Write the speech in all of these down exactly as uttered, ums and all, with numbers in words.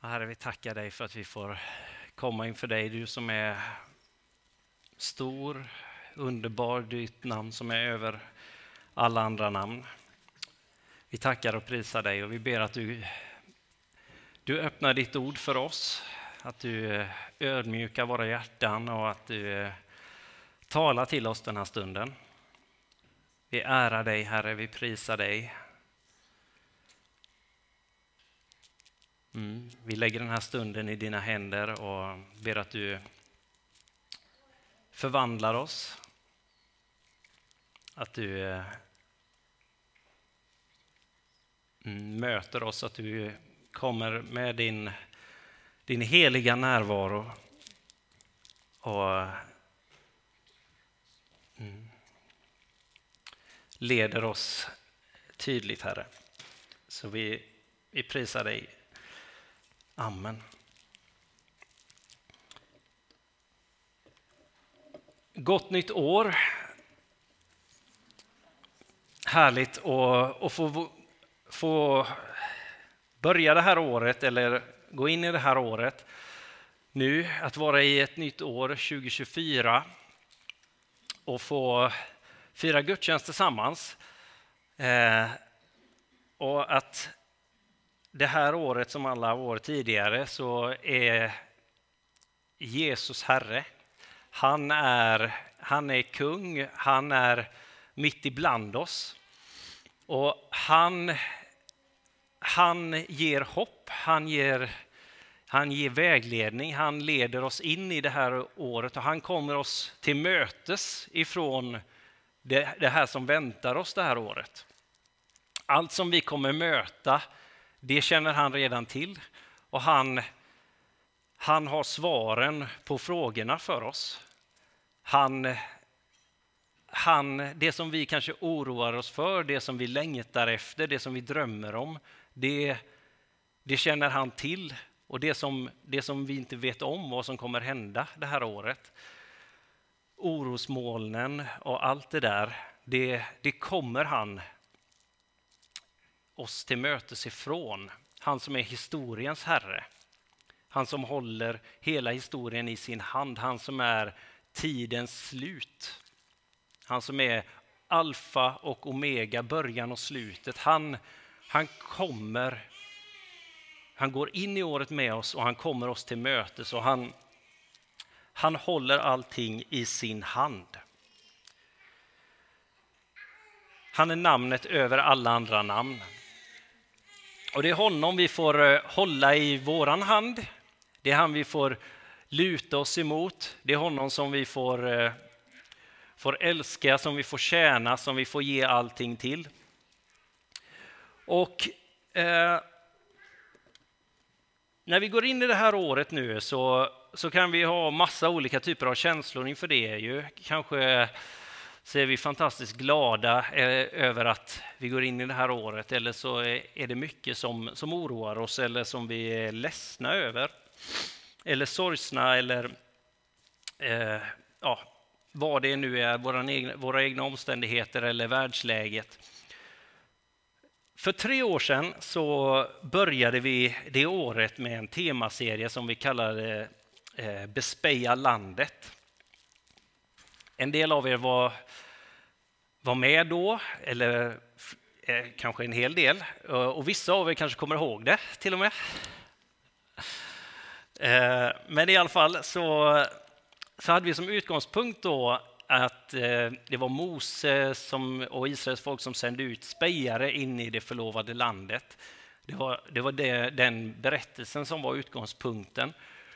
Herre, vi tackar dig för att vi får komma inför dig. Du som är stor, underbar, ditt namn som är över alla andra namn. Vi tackar och prisar dig och vi ber att du, du öppnar ditt ord för oss. Att du ödmjukar våra hjärtan och att du talar till oss den här stunden. Vi ärar dig, Herre, vi prisar dig. Mm. Vi lägger den här stunden i dina händer och ber att du förvandlar oss. Att du mm, möter oss, att du kommer med din, din heliga närvaro och mm, leder oss tydligt, Herre. Så vi, vi prisar dig. Amen. Gott nytt år. Härligt att, att få, få börja det här året eller gå in i det här året nu. Att vara i ett nytt år tjugo tjugofyra och få fira gudstjänst tillsammans. Eh, och att det här året som alla år tidigare så är Jesus Herre. Han är, han är kung, han är mitt ibland oss. Och han, han ger hopp, han ger, han ger vägledning, han leder oss in i det här året och han kommer oss till mötes ifrån det, det här som väntar oss det här året. Allt som vi kommer möta, det känner han redan till och han, han har svaren på frågorna för oss. Han, han, det som vi kanske oroar oss för, det som vi längtar efter, det som vi drömmer om, det, det känner han till. Och det som, det som vi inte vet om vad som kommer hända det här året, orosmolnen och allt det där, det, det kommer han oss till mötes ifrån. Han som är historiens herre. Han som håller hela historien i sin hand. Han som är tidens slut. Han som är alfa och omega, början och slutet. Han, han kommer, han går in i året med oss och han kommer oss till mötes och han, han håller allting i sin hand. Han är namnet över alla andra namn. Och det är honom vi får hålla i våran hand. Det är han vi får luta oss emot. Det är honom som vi får, får älska, som vi får tjäna, som vi får ge allting till. Och eh, när vi går in i det här året nu så, så kan vi ha massa olika typer av känslor inför det. Ju. Kanske så är vi fantastiskt glada över att vi går in i det här året, eller så är det mycket som, som oroar oss eller som vi är ledsna över eller sorgsna eller eh, ja, vad det nu är, våra egna, våra egna omständigheter eller världsläget. För tre år sedan så började vi det året med en temaserie som vi kallade eh, Bespeja landet. En del av er var, var med då, eller eh, kanske en hel del. Och vissa av er kanske kommer ihåg det till och med. Eh, men i alla fall så, så hade vi som utgångspunkt då att eh, det var Mose som, och Israels folk som sände ut spejare in i det förlovade landet. Det var, det var det, den berättelsen som var utgångspunkten.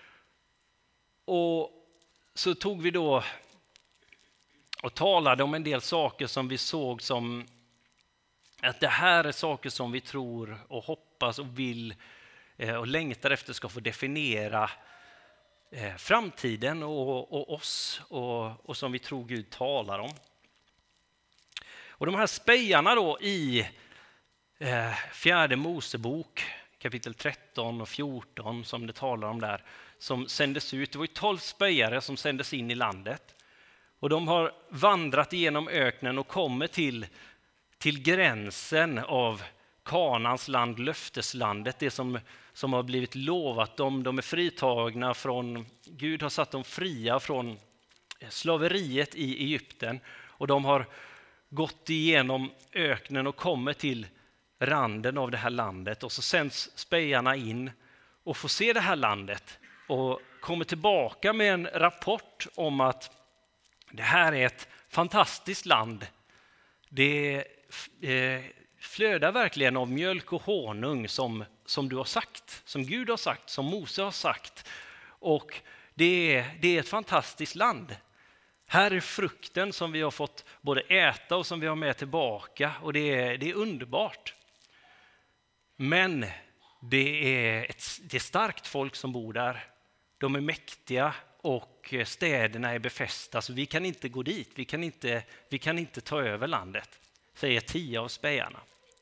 Och så tog vi då och talade om en del saker som vi såg som att det här är saker som vi tror och hoppas och vill och längtar efter ska få definiera framtiden och, och oss och, och som vi tror Gud talar om. Och de här spejarna då i eh, fjärde Mosebok kapitel tretton och fjorton som det talar om där, som sändes ut. Det var ju tolv spejare som sändes in i landet. Och de har vandrat igenom öknen och kommer till, till gränsen av Kanans land, löfteslandet, det som som har blivit lovat dem. De är fritagna från, Gud har satt dem fria från slaveriet i Egypten. Och de har gått igenom öknen och kommer till randen av det här landet. Och så sänds spejarna in och får se det här landet. Och kommer tillbaka med en rapport om att det här är ett fantastiskt land. Det eh, flödar verkligen av mjölk och honung som, som du har sagt, som Gud har sagt, som Mose har sagt. Och det är, det är ett fantastiskt land. Här är frukten som vi har fått både äta och som vi har med tillbaka. Och det är, det är underbart. Men det är ett det är starkt folk som bor där. De är mäktiga och städerna är befästa, så vi kan inte gå dit. Vi kan inte, vi kan inte ta över landet, säger tio av spejarna.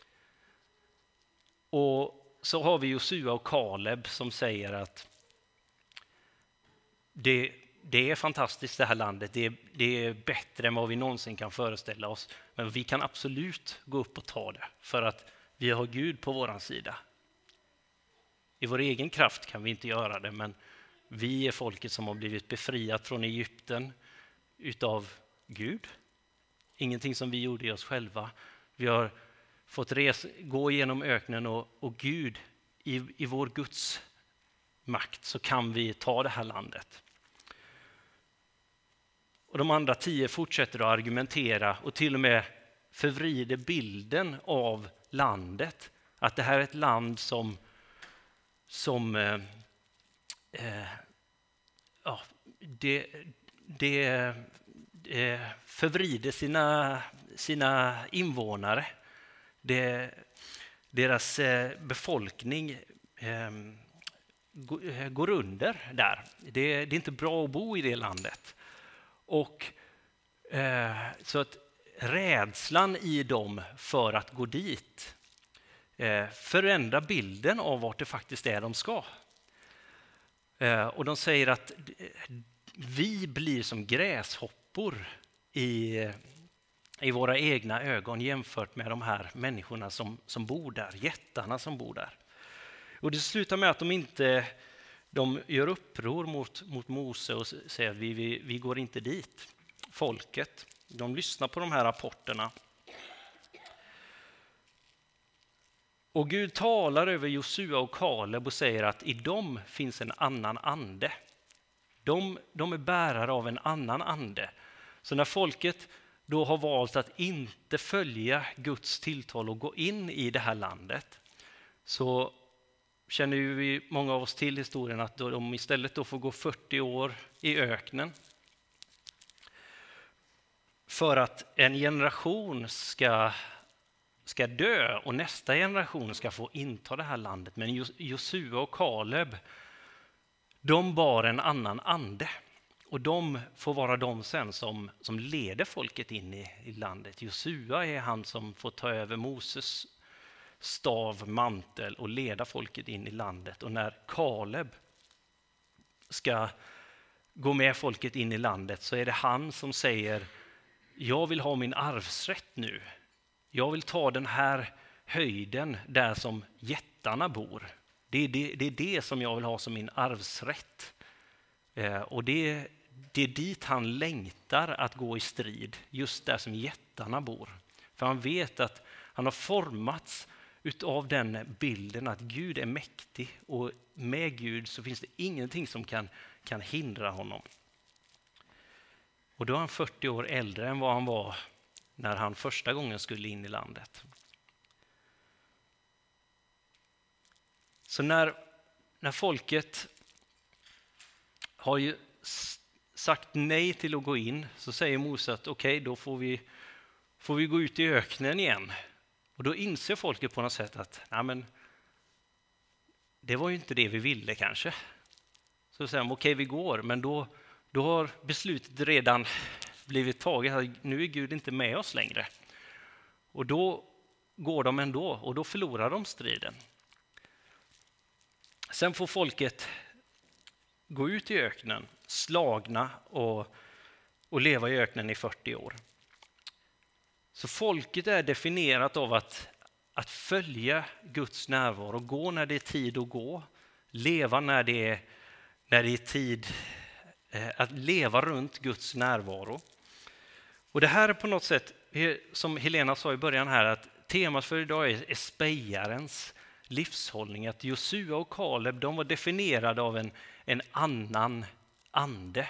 Och så har vi Josua och Kaleb som säger att det, det är fantastiskt det här landet. Det, det är bättre än vad vi någonsin kan föreställa oss. Men vi kan absolut gå upp och ta det för att vi har Gud på våran sida. I vår egen kraft kan vi inte göra det, men vi är folket som har blivit befriat från Egypten utav Gud. Ingenting som vi gjorde i oss själva. Vi har fått res, gå igenom öknen och, och Gud, i, i vår Guds makt så kan vi ta det här landet. Och de andra tio fortsätter att argumentera och till och med förvrider bilden av landet. Att det här är ett land som, som eh, eh, ja, det, det, det förvrider sina, sina invånare. Det, deras eh, befolkning eh, går under där. Det, det är inte bra att bo i det landet. Och eh, så att rädslan i dem för att gå dit eh, förändrar bilden av vart det faktiskt är de ska. Eh, och de säger att vi blir som gräshoppor i, i våra egna ögon jämfört med de här människorna som, som bor där, jättarna som bor där. Och det slutar med att de inte de gör uppror mot, mot Mose och säger att vi, vi, vi går inte dit. Folket, de lyssnar på de här rapporterna. Och Gud talar över Josua och Kaleb och säger att i dem finns en annan ande. De, de är bärare av en annan ande. Så när folket då har valt att inte följa Guds tilltal och gå in i det här landet, så känner ju vi många av oss till historien att de istället då får gå fyrtio år i öknen för att en generation ska, ska dö och nästa generation ska få inta det här landet. Men Josua och Kaleb, de bar en annan ande och de får vara de sen som, som leder folket in i, i landet. Josua är han som får ta över Moses stav, mantel och leda folket in i landet. Och när Kaleb ska gå med folket in i landet så är det han som säger: jag vill ha min arvsrätt nu. Jag vill ta den här höjden där som jättarna bor. Det är det, det, är det som jag vill ha som min arvsrätt. Eh, och det, det är dit han längtar att gå i strid, just där som jättarna bor. För han vet att han har formats utav den bilden att Gud är mäktig och med Gud så finns det ingenting som kan, kan hindra honom. Och då är han fyrtio år äldre än vad han var när han första gången skulle in i landet. Så när, när folket har ju sagt nej till att gå in så säger Mose att okej, okay, då får vi, får vi gå ut i öknen igen. Och då inser folket på något sätt att nej men, det var ju inte det vi ville kanske. Så säger de okej, okay, vi går, men då, då har beslutet redan blivit taget att nu är Gud inte med oss längre. Och då går de ändå och då förlorar de striden. Sen får folket gå ut i öknen, slagna och, och leva i öknen i fyrtio år. Så folket är definierat av att, att följa Guds närvaro, gå när det är tid att gå leva när det är, när det är tid att leva runt Guds närvaro. Och det här är på något sätt, som Helena sa i början här, att temat för idag är, är spejarens livshållning. Att Josua och Kaleb, de var definierade av en, en annan ande.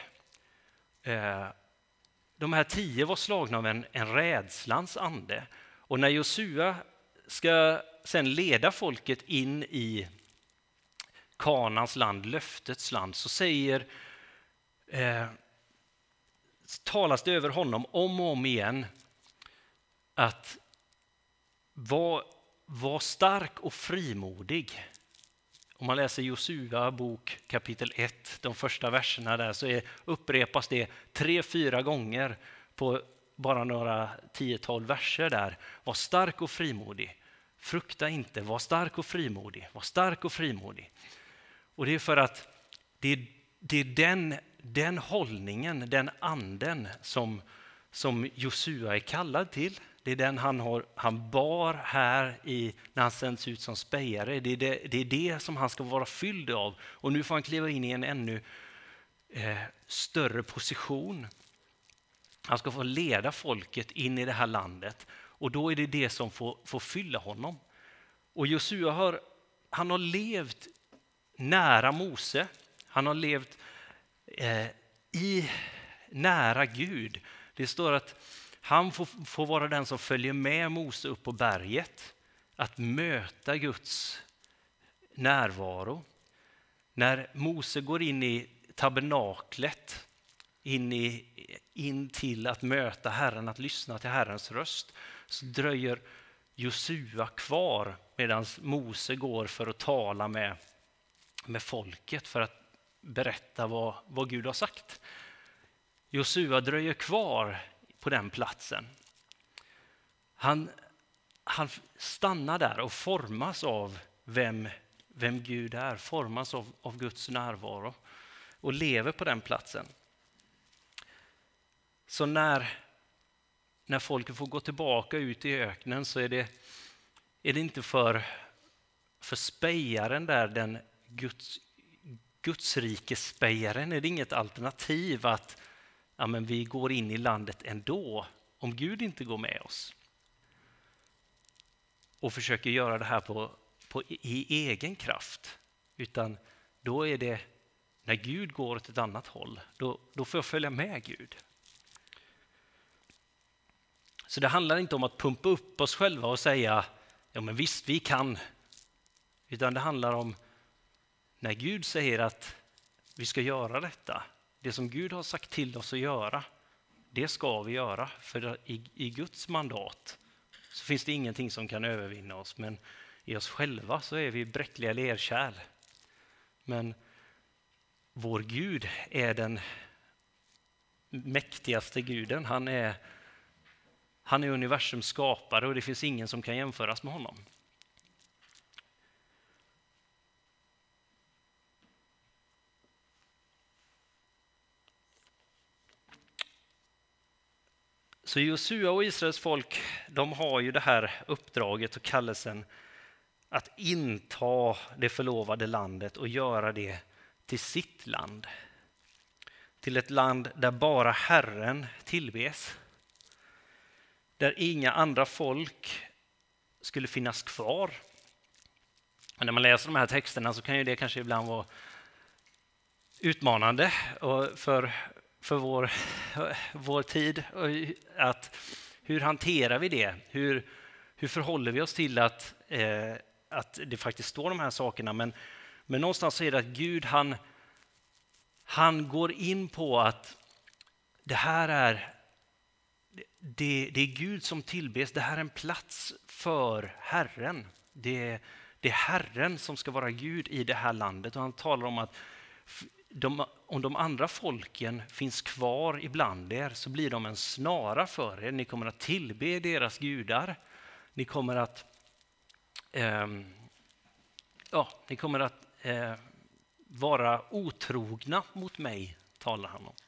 De här tio var slagna av en, en rädslans ande. Och när Josua ska sen leda folket in i Kanans land, löftets land, så säger eh, talas det över honom om och om igen att var, var stark och frimodig. Om man läser Josua bok kapitel ett, de första verserna där, så är, upprepas det tre, fyra gånger på bara några tiotal verser där. Var stark och frimodig. Frukta inte, var stark och frimodig. Var stark och frimodig. Och det är för att det är, det är den, den hållningen, den anden som, som Josua är kallad till. Det är den han, har, han bar här i, när han sänds ut som spejare. Det är det, det är det som han ska vara fylld av. Och nu får han kliva in i en ännu eh, större position. Han ska få leda folket in i det här landet. Och då är det det som får, får fylla honom. Och Josua har, han har levt nära Mose. Han har levt eh, i nära Gud. Det står att han får, får vara den som följer med Mose upp på berget. Att möta Guds närvaro. När Mose går in i tabernaklet, in, i, in till att möta Herren, att lyssna till Herrens röst, så dröjer Josua kvar medan Mose går för att tala med, med folket, för att berätta vad, vad Gud har sagt. Josua dröjer kvar på den platsen. Han, han stannar där och formas av vem, vem Gud är, formas av, av Guds närvaro och lever på den platsen. Så när, när folket får gå tillbaka ut i öknen, så är det, är det inte för, för spejaren där, den Guds, Guds rikes spejaren, är det inget alternativ att ja, men vi går in i landet ändå om Gud inte går med oss. Och försöker göra det här på, på, i egen kraft. Utan då är det när Gud går åt ett annat håll, då, då får jag följa med Gud. Så det handlar inte om att pumpa upp oss själva och säga ja men visst vi kan. Utan det handlar om när Gud säger att vi ska göra detta. Det som Gud har sagt till oss att göra, det ska vi göra. För i, i Guds mandat så finns det ingenting som kan övervinna oss. Men i oss själva så är vi bräckliga lerkärl. Men vår Gud är den mäktigaste guden. Han är, han är universums skapare och det finns ingen som kan jämföras med honom. Så Josua och Israels folk, de har ju det här uppdraget och kallelsen att inta det förlovade landet och göra det till sitt land. Till ett land där bara Herren tillbes. Där inga andra folk skulle finnas kvar. Men när man läser de här texterna så kan ju det kanske ibland vara utmanande och för för vår, vår tid. Att hur hanterar vi det? Hur, hur förhåller vi oss till att, eh, att det faktiskt står de här sakerna? Men, men någonstans så är det att Gud han, han går in på att det här är, det, det är Gud som tillbes. Det här är en plats för Herren. Det, det är Herren som ska vara Gud i det här landet. Och han talar om att De, om de andra folken finns kvar ibland er så blir de en snara för er. Ni kommer att tillbe deras gudar. Ni kommer att, eh, ja, ni kommer att eh, vara otrogna mot mig, talar han om.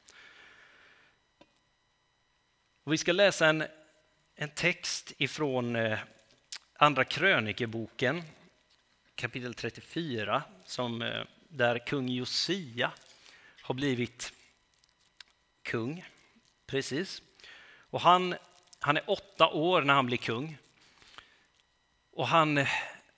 Och vi ska läsa en, en text ifrån eh, andra krönikeboken kapitel trettiofyra, som, där kung Josia har blivit kung. Precis. Och han, han är åtta år när han blir kung. Och han,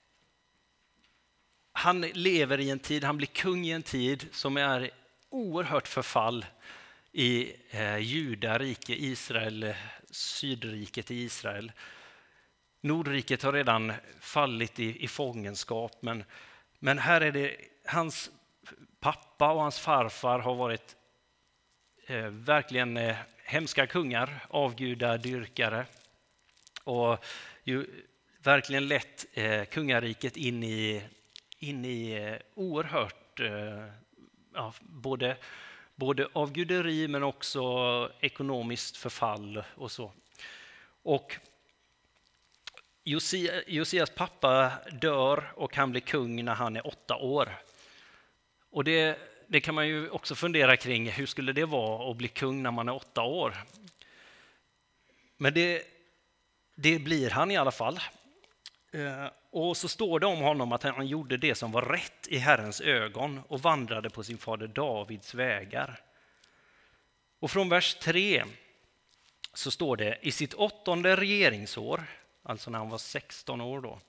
han lever i en tid, han blir kung i en tid som är oerhört förfall i eh, Judarike, Israel, sydriket i Israel. Nordriket har redan fallit i, i fångenskap, men, men här är det hans pappa och hans farfar har varit eh, verkligen eh, hemska kungar, avgudadyrkare, och ju, verkligen lett eh, kungariket in i, in i eh, oerhört eh, ja, både, både avguderi men också ekonomiskt förfall och så. Och Josia, Josias pappa dör och han blir kung när han är åtta år. Och det, det kan man ju också fundera kring, hur skulle det vara att bli kung när man är åtta år? Men det, det blir han i alla fall. Och så står det om honom att han gjorde det som var rätt i Herrens ögon och vandrade på sin fader Davids vägar. Och från vers tre så står det: i sitt åttonde regeringsår, alltså när han var sexton år då,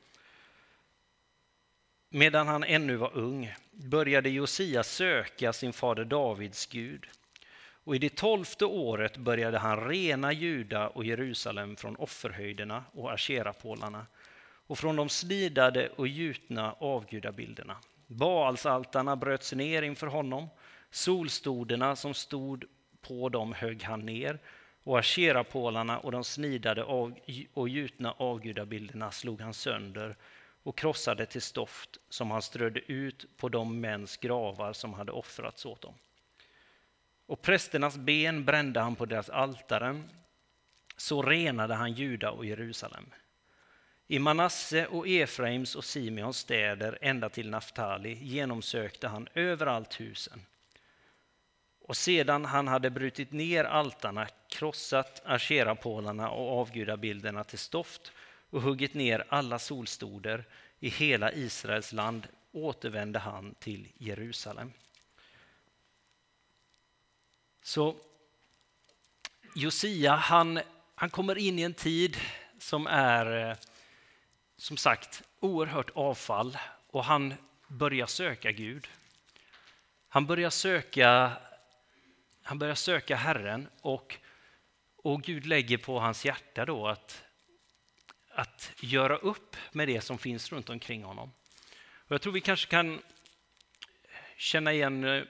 medan han ännu var ung, började Josia söka sin fader Davids Gud. Och i det tolfte året började han rena Juda och Jerusalem från offerhöjderna och asherapålarna och från de slidade och gjutna avgudabilderna. Baalsaltarna bröts ner inför honom, solstoderna som stod på dem högg han ner, och asherapålarna och de snidade och gjutna avgudabilderna slog han sönder och krossade till stoft som han strödde ut på de mäns gravar som hade offrats åt dem. Och prästernas ben brände han på deras altaren, så renade han Juda och Jerusalem. I Manasse och Efraims och Simeons städer ända till Naftali genomsökte han överallt husen. Och sedan han hade brutit ner altarna, krossat asherapålarna och avgudabilderna till stoft och huggit ner alla solstoder i hela Israels land, återvände han till Jerusalem. Så Josia, han, han kommer in i en tid som är, som sagt, oerhört avfall, och han börjar söka Gud. Han börjar söka, han börjar söka Herren, och, och Gud lägger på hans hjärta då att, att göra upp med det som finns runt omkring honom. Och jag tror vi kanske kan känna igen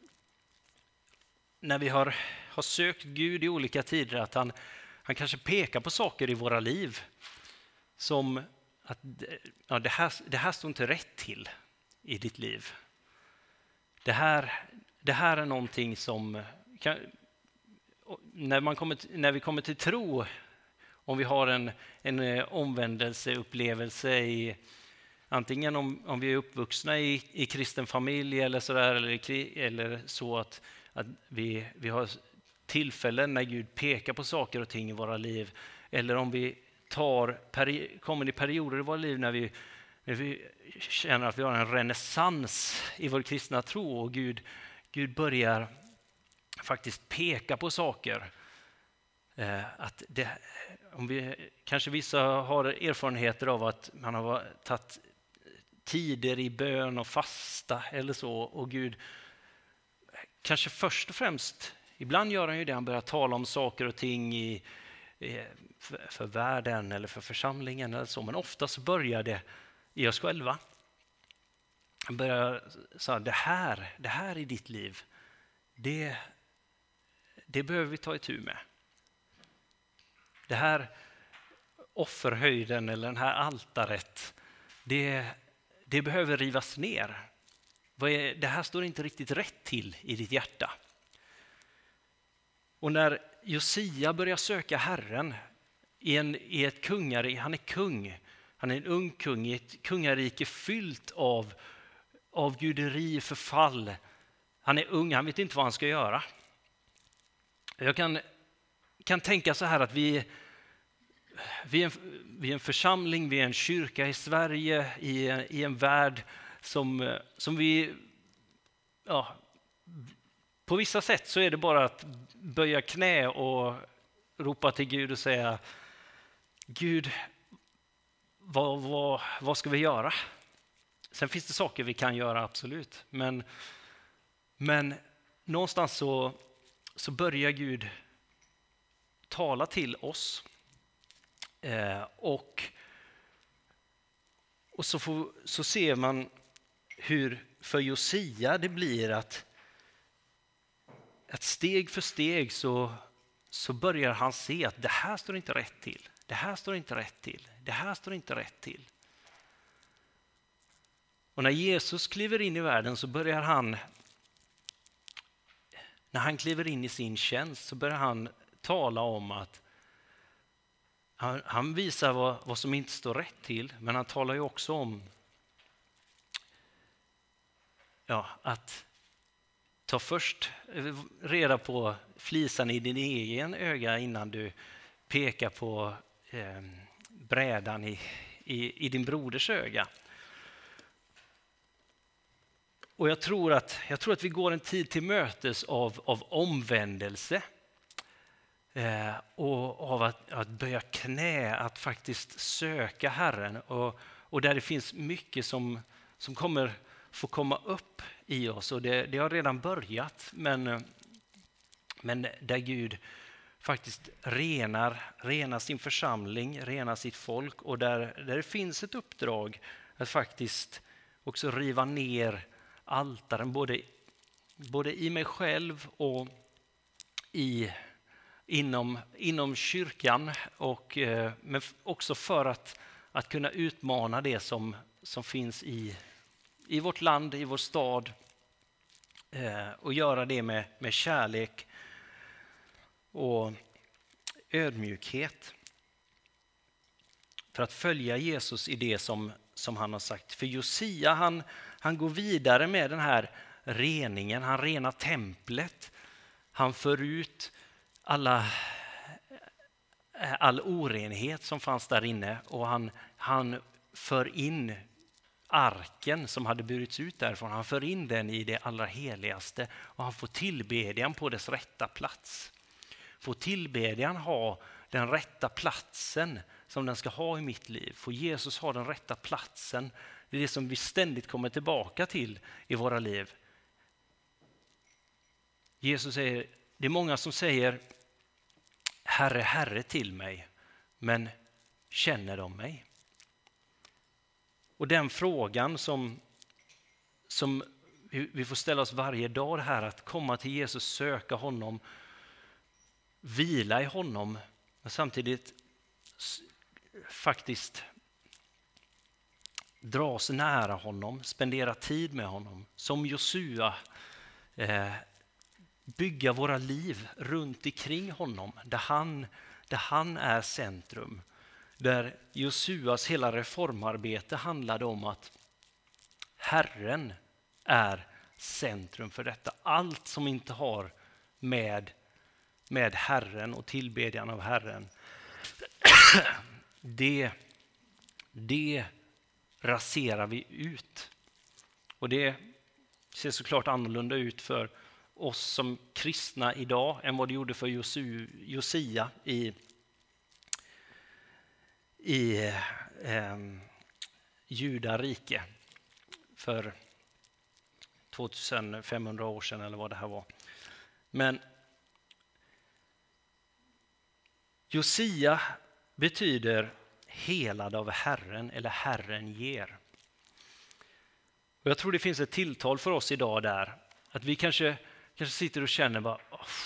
när vi har, har sökt Gud i olika tider, att han, han kanske pekar på saker i våra liv som att ja, det, här, det här står inte rätt till i ditt liv. Det här, det här är någonting som kan, när, man kommer, när vi kommer till tro, om vi har en, en omvändelseupplevelse i antingen om, om vi är uppvuxna i, i kristen familj eller så där, eller, eller så att, att vi, vi har tillfällen när Gud pekar på saker och ting i våra liv, eller om vi tar, peri, kommer i perioder i våra liv när vi, när vi känner att vi har en renässans i vår kristna tro, och Gud, Gud börjar faktiskt peka på saker. Eh, att det, om vi, kanske vissa har erfarenheter av att man har tagit tider i bön och fasta eller så, och Gud kanske först och främst, ibland gör han ju det, han börjar tala om saker och ting i, i, för, för världen eller för församlingen eller så, men oftast börjar det i oss själva. Han börjar säga, det här, det här i ditt liv, det, det behöver vi ta itu med. Det här offerhöjden eller den här altaret, det, det behöver rivas ner. Det här står inte riktigt rätt till i ditt hjärta. Och när Josia börjar söka Herren i, en, i ett kungarike, han är kung, han är en ung kung i ett kungarike fyllt av, av guderi, förfall. Han är ung, han vet inte vad han ska göra. Jag kan, kan tänka så här att vi, vi, är en, vi är en församling, vi är en kyrka i Sverige, i, i en värld som, som vi... Ja, på vissa sätt så är det bara att böja knä och ropa till Gud och säga: Gud, vad, vad, vad ska vi göra? Sen finns det saker vi kan göra, absolut. Men, men någonstans så, så börjar Gud tala till oss. Eh, och och så, får, så ser man hur för Josia det blir att, att steg för steg så, så börjar han se att det här står inte rätt till. Det här står inte rätt till. Det här står inte rätt till. Och när Jesus kliver in i världen så börjar han, när han kliver in i sin tjänst så börjar han tala om att han, han visar vad, vad som inte står rätt till, men han talar ju också om ja, att ta först reda på flisan i din egen öga innan du pekar på eh, brädan i, i, i din broders öga. Och jag tror att, jag tror att vi går en tid till mötes av, av omvändelse eh, och av att, att böja knä, att faktiskt söka Herren. Och, och där det finns mycket som, som kommer få komma upp i oss. Och det, det har redan börjat, men, men där Gud faktiskt renar, renar sin församling, renar sitt folk. Och där, där det finns ett uppdrag att faktiskt också riva ner altaren, både, både i mig själv och i, inom, inom kyrkan, och, eh, men också för att, att kunna utmana det som, som finns i, i vårt land, i vår stad, eh, och göra det med, med kärlek och ödmjukhet. För att följa Jesus i det som, som han har sagt. För Josia, han Han går vidare med den här reningen. Han renar templet. Han för ut alla, all orenhet som fanns där inne. Och han, han för in arken som hade burits ut därifrån. Han för in den i det allra heligaste. Och han får tillbedjan på dess rätta plats. Får tillbedjan ha den rätta platsen som den ska ha i mitt liv. Får Jesus ha den rätta platsen. Det är det som vi ständigt kommer tillbaka till i våra liv. Jesus säger, det är många som säger Herre, Herre till mig, men känner de mig? Och den frågan som, som vi får ställa oss varje dag här, att komma till Jesus, söka honom, vila i honom, men samtidigt faktiskt dras nära honom, spendera tid med honom. Som Josua, eh, bygga våra liv runt omkring honom, där han, där han är centrum. Där Josuas hela reformarbete handlade om att Herren är centrum för detta. Allt som inte har med, med Herren och tillbedjan av Herren, det, det raserar vi ut. Och det ser såklart annorlunda ut för oss som kristna idag än vad det gjorde för Josu, Josia i, i eh, Judarike för tjugofemhundra år sedan eller vad det här var. Men Josia betyder helad av Herren, eller Herren ger. Och jag tror det finns ett tilltal för oss idag där, att vi kanske, kanske sitter och känner bara,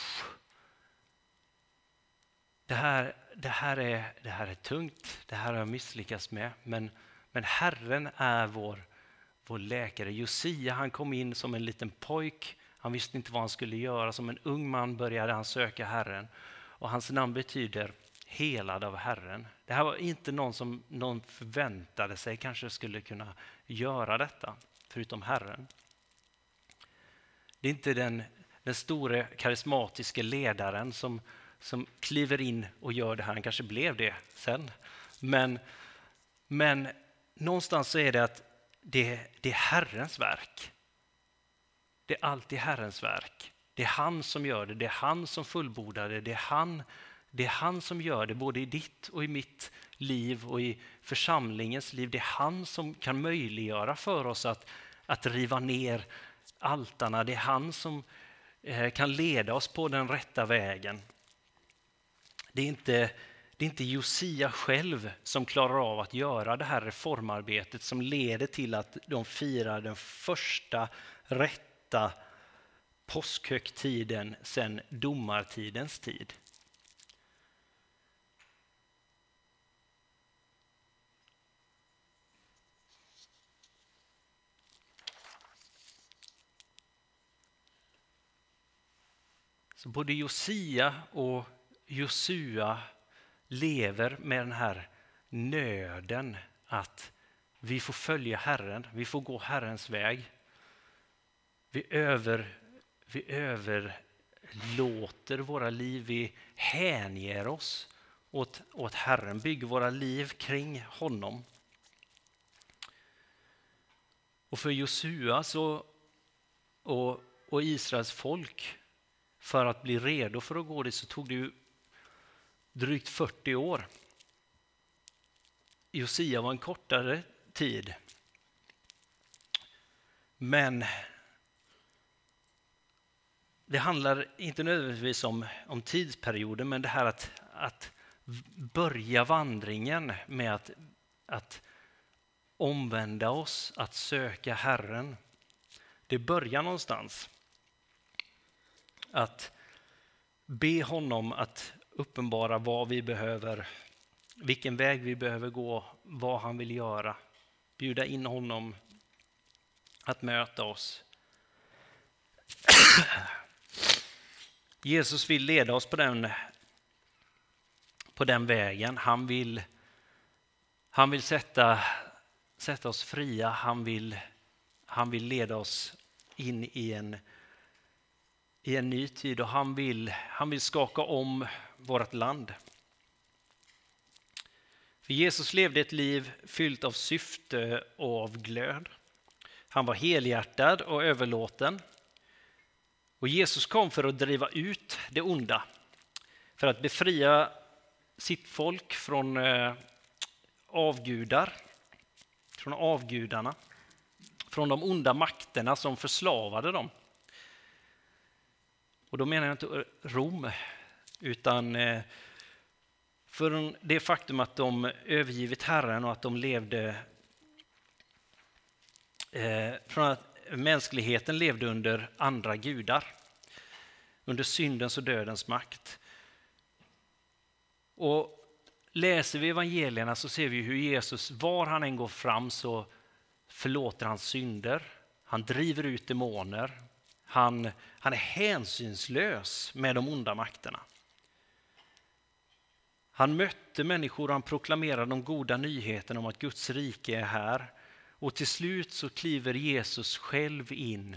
det här, det, här är, det här är tungt, det här har jag misslyckats med, men, men Herren är vår, vår läkare. Josia, han kom in som en liten pojk, han visste inte vad han skulle göra, som en ung man började han söka Herren, och hans namn betyder helad av Herren. Det här var inte någon som någon förväntade sig kanske skulle kunna göra detta, förutom Herren. Det är inte den, den store karismatiska ledaren som, som kliver in och gör det här. Han kanske blev det sen. Men, men någonstans så är det att det, det är Herrens verk. Det är alltid Herrens verk. Det är han som gör det. Det är han som fullbordar det. Det är han, det är han som gör det både i ditt och i mitt liv och i församlingens liv. Det är han som kan möjliggöra för oss att, att riva ner altarna. Det är han som eh, kan leda oss på den rätta vägen. Det är inte, det är inte Josia själv som klarar av att göra det här reformarbetet som leder till att de firar den första rätta påskhögtiden sedan domartidens tid. Så både Josia och Josua lever med den här nöden att vi får följa Herren, vi får gå Herrens väg. Vi, över, vi överlåter våra liv, vi hänger oss åt, åt Herren, bygger våra liv kring honom. Och för Josua så, och, och Israels folk, för att bli redo för att gå det så tog det ju drygt fyrtio år. Josia var en kortare tid. Men det handlar inte nödvändigtvis om, om tidsperioden, men det här att, att börja vandringen med att, att omvända oss, att söka Herren. Det börjar någonstans. Att be honom att uppenbara vad vi behöver, vilken väg vi behöver gå, vad han vill göra. Bjuda in honom att möta oss. Jesus vill leda oss på den, på den vägen. Han vill, han vill sätta, sätta oss fria. Han vill, han vill leda oss in i en, i en ny tid och han vill, han vill skaka om vårt land. För Jesus levde ett liv fyllt av syfte och av glöd. Han var helhjärtad och överlåten. Och Jesus kom för att driva ut det onda. För att befria sitt folk från eh, avgudar. Från avgudarna. Från de onda makterna som förslavade dem. Och då menar jag inte Rom. Utan eh, för det faktum att de övergivit Herren och att de levde eh, från att mänskligheten levde under andra gudar, under syndens och dödens makt. Och läser vi evangelierna så ser vi hur Jesus, var han än går fram så förlåter han synder, han driver ut demoner, han, han är hänsynslös med de onda makterna. Han mötte människor och han proklamerade de goda nyheterna om att Guds rike är här. Och till slut så kliver Jesus själv in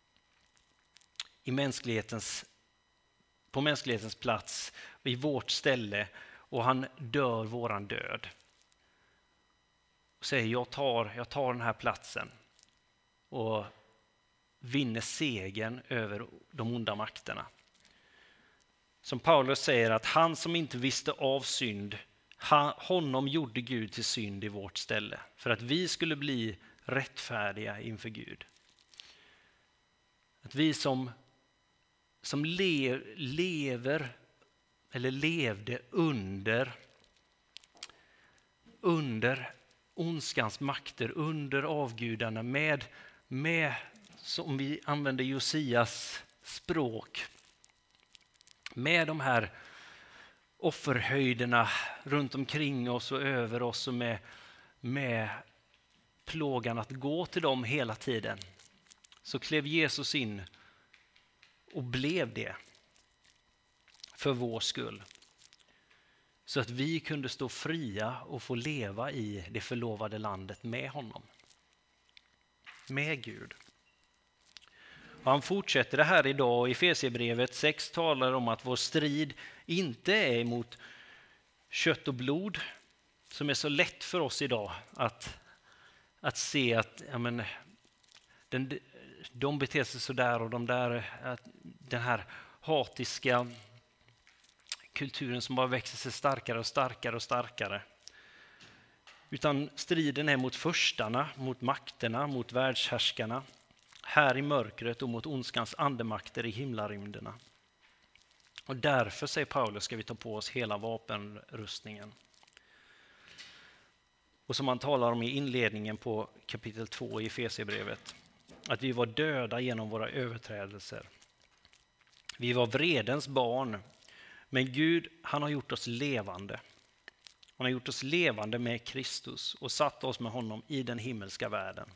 i mänsklighetens, på mänsklighetens plats, i vårt ställe, och han dör våran död. Och säger jag tar, jag tar den här platsen och vinner segern över de onda makterna. Som Paulus säger att han som inte visste av synd, honom gjorde Gud till synd i vårt ställe. För att vi skulle bli rättfärdiga inför Gud. Att vi som, som le, lever eller levde under, under ondskans makter, under avgudarna med, med som vi använder Josias språk, med de här offerhöjderna runt omkring oss och över oss och med, med plågan att gå till dem hela tiden. Så klev Jesus in och blev det för vår skull. Så att vi kunde stå fria och få leva i det förlovade landet med honom. Med Gud. Och han fortsätter det här idag. I Efesierbrevet sex talar om att vår strid inte är emot kött och blod, som är så lätt för oss idag att, att se att ja men, den, de beter sig så där och de där, att den här hatiska kulturen som bara växer sig starkare och starkare och starkare. Utan striden är mot förstarna, mot makterna, mot världshärskarna, här i mörkret och mot ondskans andemakter i himlarymderna. Och därför, säger Paulus, ska vi ta på oss hela vapenrustningen. Och som han talar om i inledningen på kapitel två i Efesierbrevet, att vi var döda genom våra överträdelser. Vi var vredens barn, men Gud, han har gjort oss levande. Han har gjort oss levande med Kristus och satt oss med honom i den himmelska världen.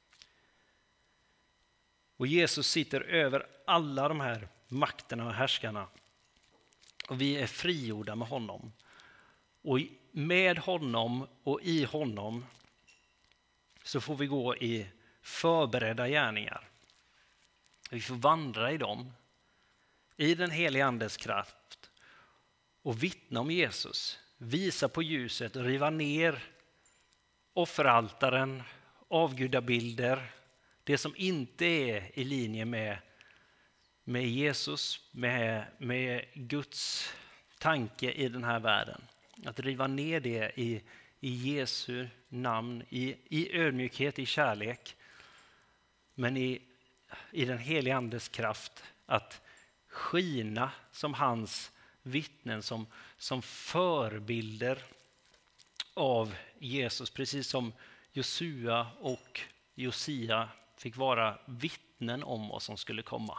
Och Jesus sitter över alla de här makterna och härskarna. Och vi är frigjorda med honom. Och med honom och i honom så får vi gå i förberedda gärningar. Vi får vandra i dem, i den heliga andes kraft och vittna om Jesus. Visa på ljuset och riva ner offeraltaren, avgudabilder, det som inte är i linje med, med Jesus, med, med Guds tanke i den här världen. Att riva ner det i, i Jesu namn, i, i ödmjukhet, i kärlek, men i, i den heliga andes kraft att skina som hans vittnen, som, som förebilder av Jesus, precis som Josua och Josia fick vara vittnen om vad som skulle komma.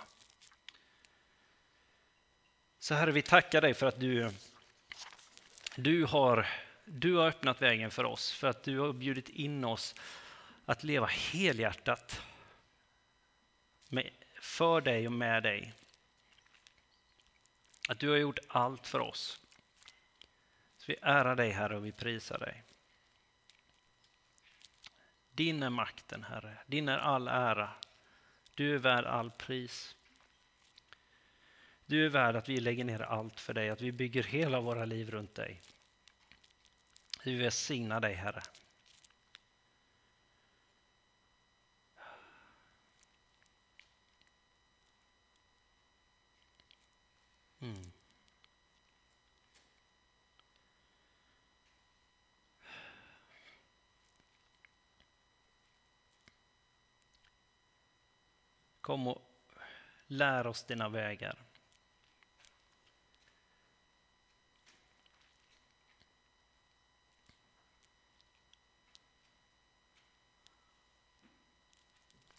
Så Herre, vi tackar dig för att du, du, har, du har öppnat vägen för oss, för att du har bjudit in oss att leva helhjärtat med, för dig och med dig. Att du har gjort allt för oss. Så vi ärar dig, Herre, och vi prisar dig. Din är makten, Herre. Din är all ära. Du är värd all pris. Du är värd att vi lägger ner allt för dig, att vi bygger hela våra liv runt dig. Vi välsignar dig, Herre. Mm. Kom och lär oss dina vägar.